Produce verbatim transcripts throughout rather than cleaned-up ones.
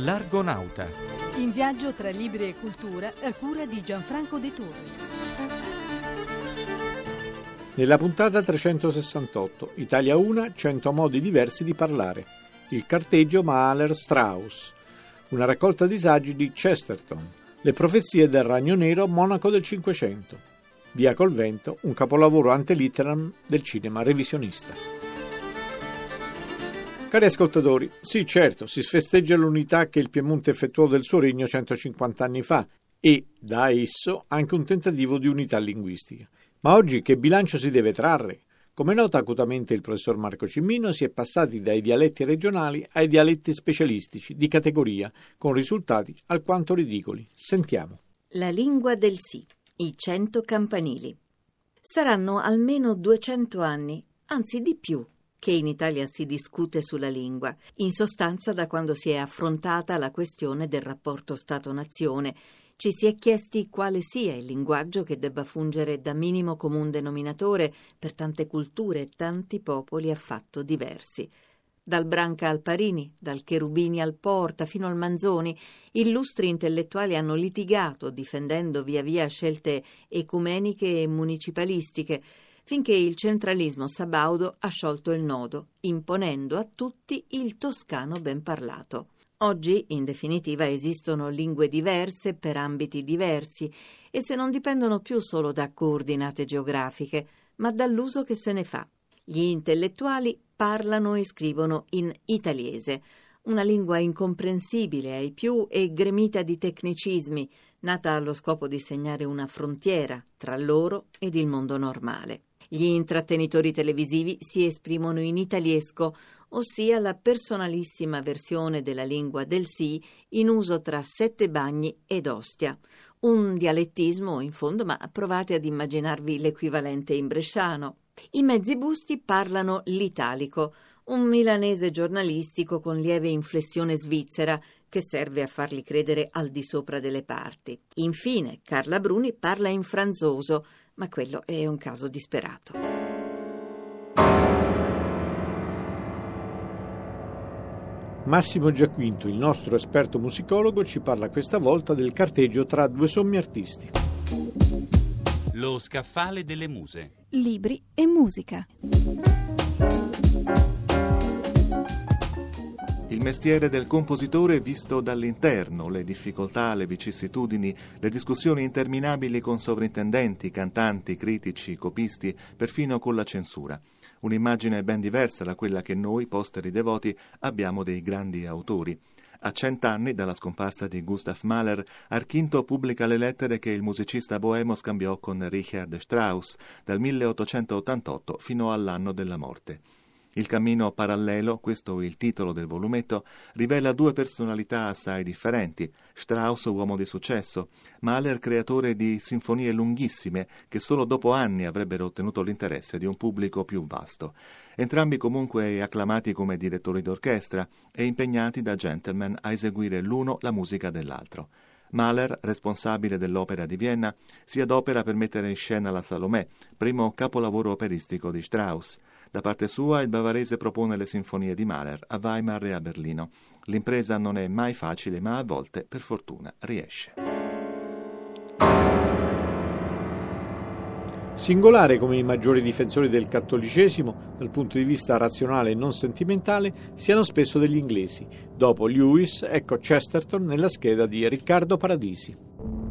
L'Argonauta. In viaggio tra libri e cultura a cura di Gianfranco De Torres. Nella puntata trecentosessantotto, Italia uno, cento modi diversi di parlare. Il carteggio Mahler-Strauss. Una raccolta di saggi di Chesterton. Le profezie del Ragno Nero, monaco del Cinquecento. Via col vento, un capolavoro ante litteram del cinema revisionista. Cari ascoltatori, sì certo, si festeggia l'unità che il Piemonte effettuò del suo regno centocinquanta anni fa e, da esso, anche un tentativo di unità linguistica. Ma oggi che bilancio si deve trarre? Come nota acutamente il professor Marco Cimmino, si è passati dai dialetti regionali ai dialetti specialistici di categoria, con risultati alquanto ridicoli. Sentiamo. La lingua del sì, i cento campanili. Saranno almeno duecento anni, anzi di più, che in Italia si discute sulla lingua, in sostanza da quando si è affrontata la questione del rapporto Stato-Nazione. Ci si è chiesti quale sia il linguaggio che debba fungere da minimo comun denominatore per tante culture e tanti popoli affatto diversi. Dal Branca al Parini, dal Cherubini al Porta fino al Manzoni, illustri intellettuali hanno litigato difendendo via via scelte ecumeniche e municipalistiche, finché il centralismo sabaudo ha sciolto il nodo, imponendo a tutti il toscano ben parlato. Oggi, in definitiva, esistono lingue diverse per ambiti diversi e se non dipendono più solo da coordinate geografiche, ma dall'uso che se ne fa. Gli intellettuali parlano e scrivono in italiese, una lingua incomprensibile ai più e gremita di tecnicismi, nata allo scopo di segnare una frontiera tra loro ed il mondo normale. Gli intrattenitori televisivi si esprimono in italiesco, ossia la personalissima versione della lingua del sì in uso tra Sette Bagni ed Ostia. Un dialettismo, in fondo, ma provate ad immaginarvi l'equivalente in bresciano. I mezzi busti parlano l'italico, un milanese giornalistico con lieve inflessione svizzera che serve a farli credere al di sopra delle parti. Infine, Carla Bruni parla in franzoso, ma quello è un caso disperato. Massimo Giaquinto, il nostro esperto musicologo, ci parla questa volta del carteggio tra due sommi artisti. Lo scaffale delle muse. Libri e musica. Il mestiere del compositore visto dall'interno, le difficoltà, le vicissitudini, le discussioni interminabili con sovrintendenti, cantanti, critici, copisti, perfino con la censura. Un'immagine ben diversa da quella che noi, posteri devoti, abbiamo dei grandi autori. A cent'anni dalla scomparsa di Gustav Mahler, Archinto pubblica le lettere che il musicista boemo scambiò con Richard Strauss dal milleottocentottantotto fino all'anno della morte. Il cammino parallelo, questo il titolo del volumetto, rivela due personalità assai differenti. Strauss, uomo di successo, Mahler, creatore di sinfonie lunghissime che solo dopo anni avrebbero ottenuto l'interesse di un pubblico più vasto. Entrambi comunque acclamati come direttori d'orchestra e impegnati da gentleman a eseguire l'uno la musica dell'altro. Mahler, responsabile dell'Opera di Vienna, si adopera per mettere in scena la Salomè, primo capolavoro operistico di Strauss. Da parte sua il bavarese propone le sinfonie di Mahler a Weimar e a Berlino. L'impresa non è mai facile, ma a volte, per fortuna, riesce. Singolare come i maggiori difensori del cattolicesimo, dal punto di vista razionale e non sentimentale, siano spesso degli inglesi. Dopo Lewis, ecco Chesterton nella scheda di Riccardo Paradisi.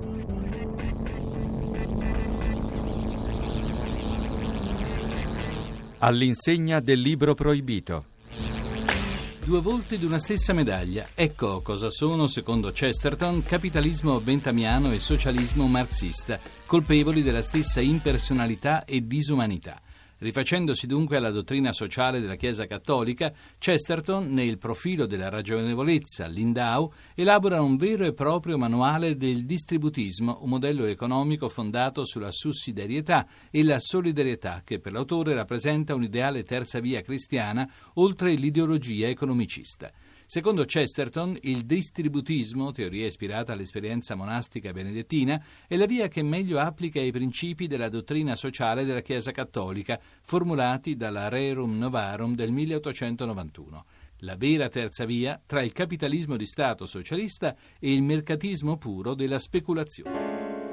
All'insegna del libro proibito. Due volte di una stessa medaglia. Ecco cosa sono, secondo Chesterton, capitalismo bentamiano e socialismo marxista, colpevoli della stessa impersonalità e disumanità. Rifacendosi dunque alla dottrina sociale della Chiesa Cattolica, Chesterton, nel profilo della ragionevolezza, Lindau, elabora un vero e proprio manuale del distributismo, un modello economico fondato sulla sussidiarietà e la solidarietà che per l'autore rappresenta un'ideale terza via cristiana oltre l'ideologia economicista. Secondo Chesterton, il distributismo, teoria ispirata all'esperienza monastica benedettina, è la via che meglio applica i principi della dottrina sociale della Chiesa Cattolica, formulati dalla Rerum Novarum del milleottocentonovantuno. la vera terza via tra il capitalismo di Stato socialista e il mercatismo puro della speculazione.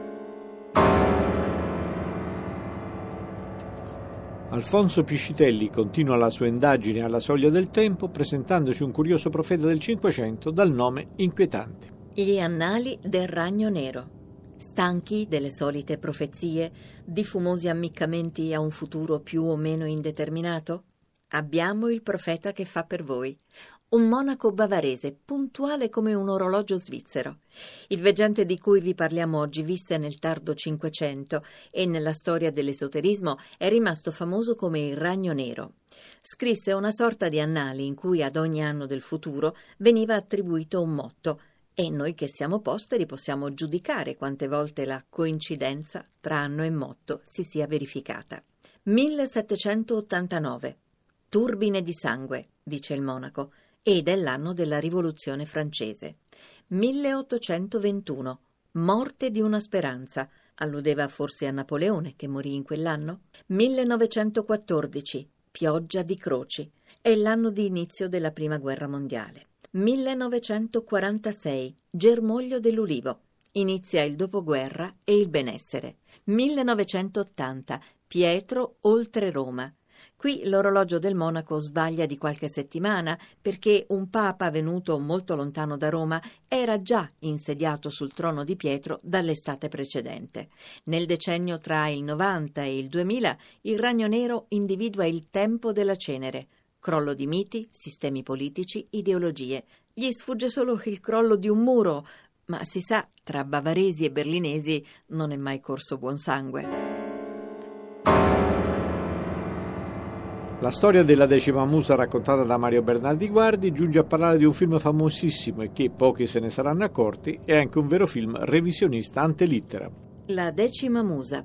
Alfonso Piscitelli continua la sua indagine alla soglia del tempo presentandoci un curioso profeta del Cinquecento dal nome inquietante. Gli annali del Ragno Nero. Stanchi delle solite profezie, di fumosi ammiccamenti a un futuro più o meno indeterminato? Abbiamo il profeta che fa per voi. Un monaco bavarese, puntuale come un orologio svizzero. Il veggente di cui vi parliamo oggi visse nel tardo Cinquecento e nella storia dell'esoterismo è rimasto famoso come il Ragno Nero. Scrisse una sorta di annali in cui ad ogni anno del futuro veniva attribuito un motto, e noi che siamo posteri possiamo giudicare quante volte la coincidenza tra anno e motto si sia verificata. millesettecentottantanove. Turbine di sangue, dice il monaco, ed è l'anno della Rivoluzione francese. milleottocentoventuno. Morte di una speranza, alludeva forse a Napoleone che morì in quell'anno. millenovecentoquattordici. Pioggia di croci, è l'anno di inizio della Prima Guerra Mondiale. millenovecentoquarantasei. Germoglio dell'ulivo, inizia il dopoguerra e il benessere. millenovecentottanta. Pietro oltre Roma. Qui l'orologio del monaco sbaglia di qualche settimana perché un papa venuto molto lontano da Roma era già insediato sul trono di Pietro dall'estate precedente. Nel decennio tra il novanta e il duemila il Ragno Nero individua il tempo della cenere. Crollo di miti, sistemi politici, ideologie. Gli sfugge solo il crollo di un muro, ma si sa, tra bavaresi e berlinesi non è mai corso buon sangue. La storia della decima musa raccontata da Mario Bernardi Guardi giunge a parlare di un film famosissimo e che pochi se ne saranno accorti è anche un vero film revisionista ante litteram. La decima musa.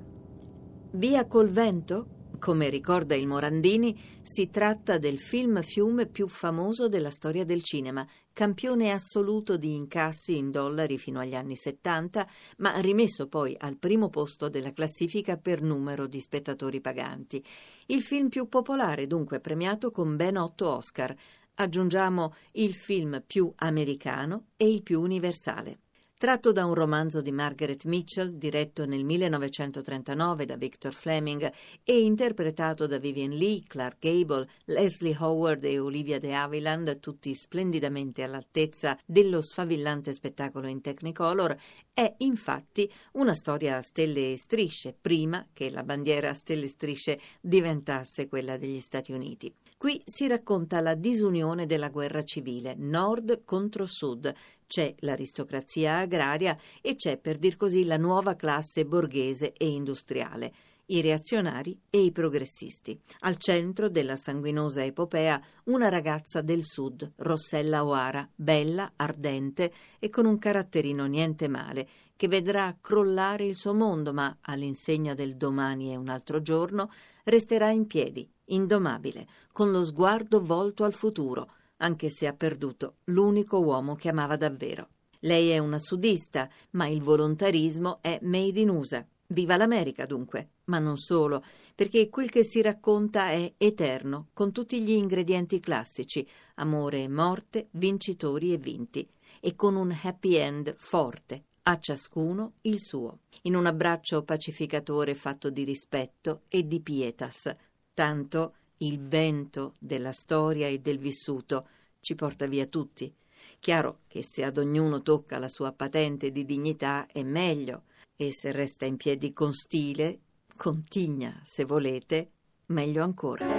Via col vento? Come ricorda il Morandini, si tratta del film fiume più famoso della storia del cinema, campione assoluto di incassi in dollari fino agli anni settanta, ma rimesso poi al primo posto della classifica per numero di spettatori paganti. Il film più popolare, dunque premiato con ben otto Oscar. Aggiungiamo il film più americano e il più universale. Tratto da un romanzo di Margaret Mitchell, diretto nel millenovecentotrentanove da Victor Fleming e interpretato da Vivien Leigh, Clark Gable, Leslie Howard e Olivia de Havilland, tutti splendidamente all'altezza dello sfavillante spettacolo in Technicolor, è infatti una storia a stelle e strisce, prima che la bandiera a stelle e strisce diventasse quella degli Stati Uniti. Qui si racconta la disunione della guerra civile, nord contro sud. C'è l'aristocrazia agraria e c'è, per dir così, la nuova classe borghese e industriale, i reazionari e i progressisti. Al centro della sanguinosa epopea una ragazza del sud, Rossella O'Hara, bella, ardente e con un caratterino niente male, che vedrà crollare il suo mondo, ma all'insegna del domani è un altro giorno, resterà in piedi, indomabile, con lo sguardo volto al futuro, anche se ha perduto l'unico uomo che amava davvero. Lei è una sudista, ma il volontarismo è made in U S A. Viva l'America, dunque, ma non solo, perché quel che si racconta è eterno, con tutti gli ingredienti classici, amore e morte, vincitori e vinti, e con un happy end forte, a ciascuno il suo, in un abbraccio pacificatore fatto di rispetto e di pietas, tanto il vento della storia e del vissuto ci porta via tutti. Chiaro che se ad ognuno tocca la sua patente di dignità è meglio, e se resta in piedi con stile, con tigna se volete, meglio ancora.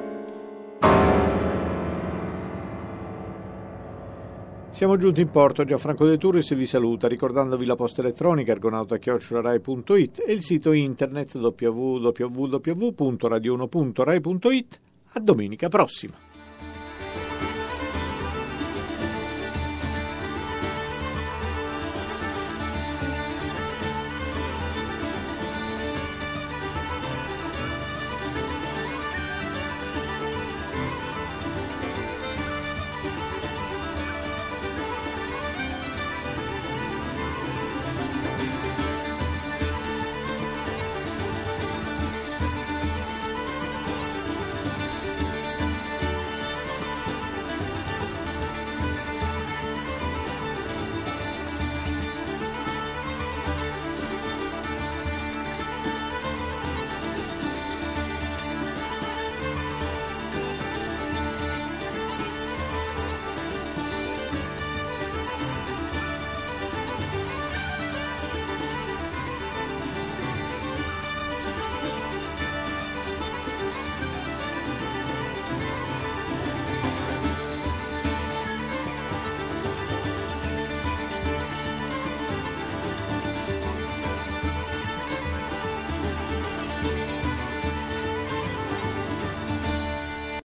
Siamo giunti in porto, Gianfranco De Turris vi saluta ricordandovi la posta elettronica argonauta chiocciola rai punto it e il sito internet w w w punto radio uno punto rai punto it. A domenica prossima.